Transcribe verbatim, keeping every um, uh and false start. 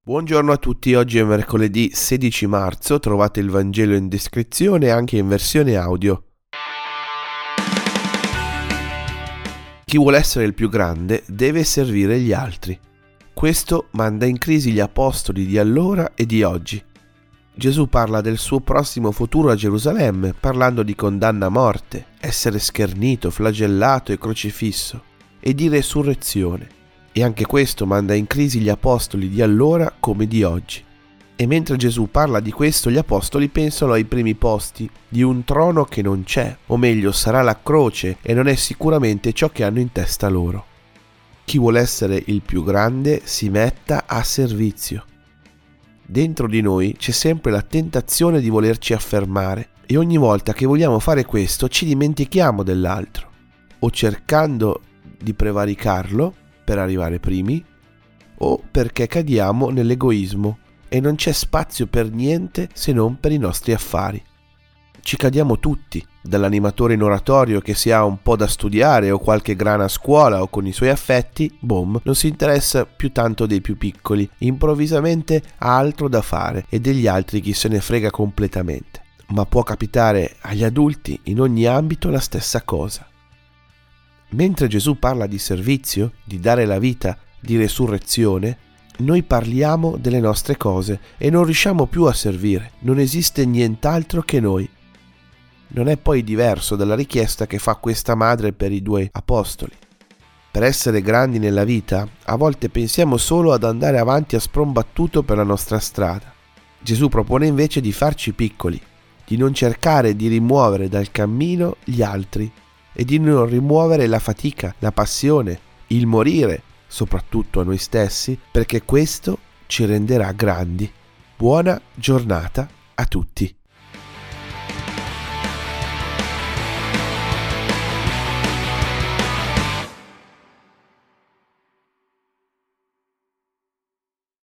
Buongiorno a tutti, oggi è mercoledì sedici marzo, trovate il Vangelo in descrizione anche in versione audio. Chi vuole essere il più grande deve servire gli altri. Questo manda in crisi gli apostoli di allora e di oggi. Gesù parla del suo prossimo futuro a Gerusalemme, parlando di condanna a morte, essere schernito, flagellato e crocifisso, e di resurrezione. E anche questo manda in crisi gli apostoli di allora come di oggi. E mentre Gesù parla di questo, gli apostoli pensano ai primi posti, di un trono che non c'è, o meglio sarà la croce e non è sicuramente ciò che hanno in testa loro. Chi vuole essere il più grande si metta a servizio. Dentro di noi c'è sempre la tentazione di volerci affermare e ogni volta che vogliamo fare questo ci dimentichiamo dell'altro, o cercando di prevaricarlo per arrivare primi, o perché cadiamo nell'egoismo e non c'è spazio per niente se non per i nostri affari. Ci cadiamo tutti, dall'animatore in oratorio che si ha un po' da studiare o qualche grana a scuola o con i suoi affetti, boom, non si interessa più tanto dei più piccoli, improvvisamente ha altro da fare e degli altri chi se ne frega completamente. Ma può capitare agli adulti in ogni ambito la stessa cosa. Mentre Gesù parla di servizio, di dare la vita, di resurrezione, noi parliamo delle nostre cose e non riusciamo più a servire. Non esiste nient'altro che noi. Non è poi diverso dalla richiesta che fa questa madre per i due apostoli. Per essere grandi nella vita, a volte pensiamo solo ad andare avanti a sprombattuto per la nostra strada. Gesù propone invece di farci piccoli, di non cercare di rimuovere dal cammino gli altri, e di non rimuovere la fatica, la passione, il morire, soprattutto a noi stessi, perché questo ci renderà grandi. Buona giornata a tutti.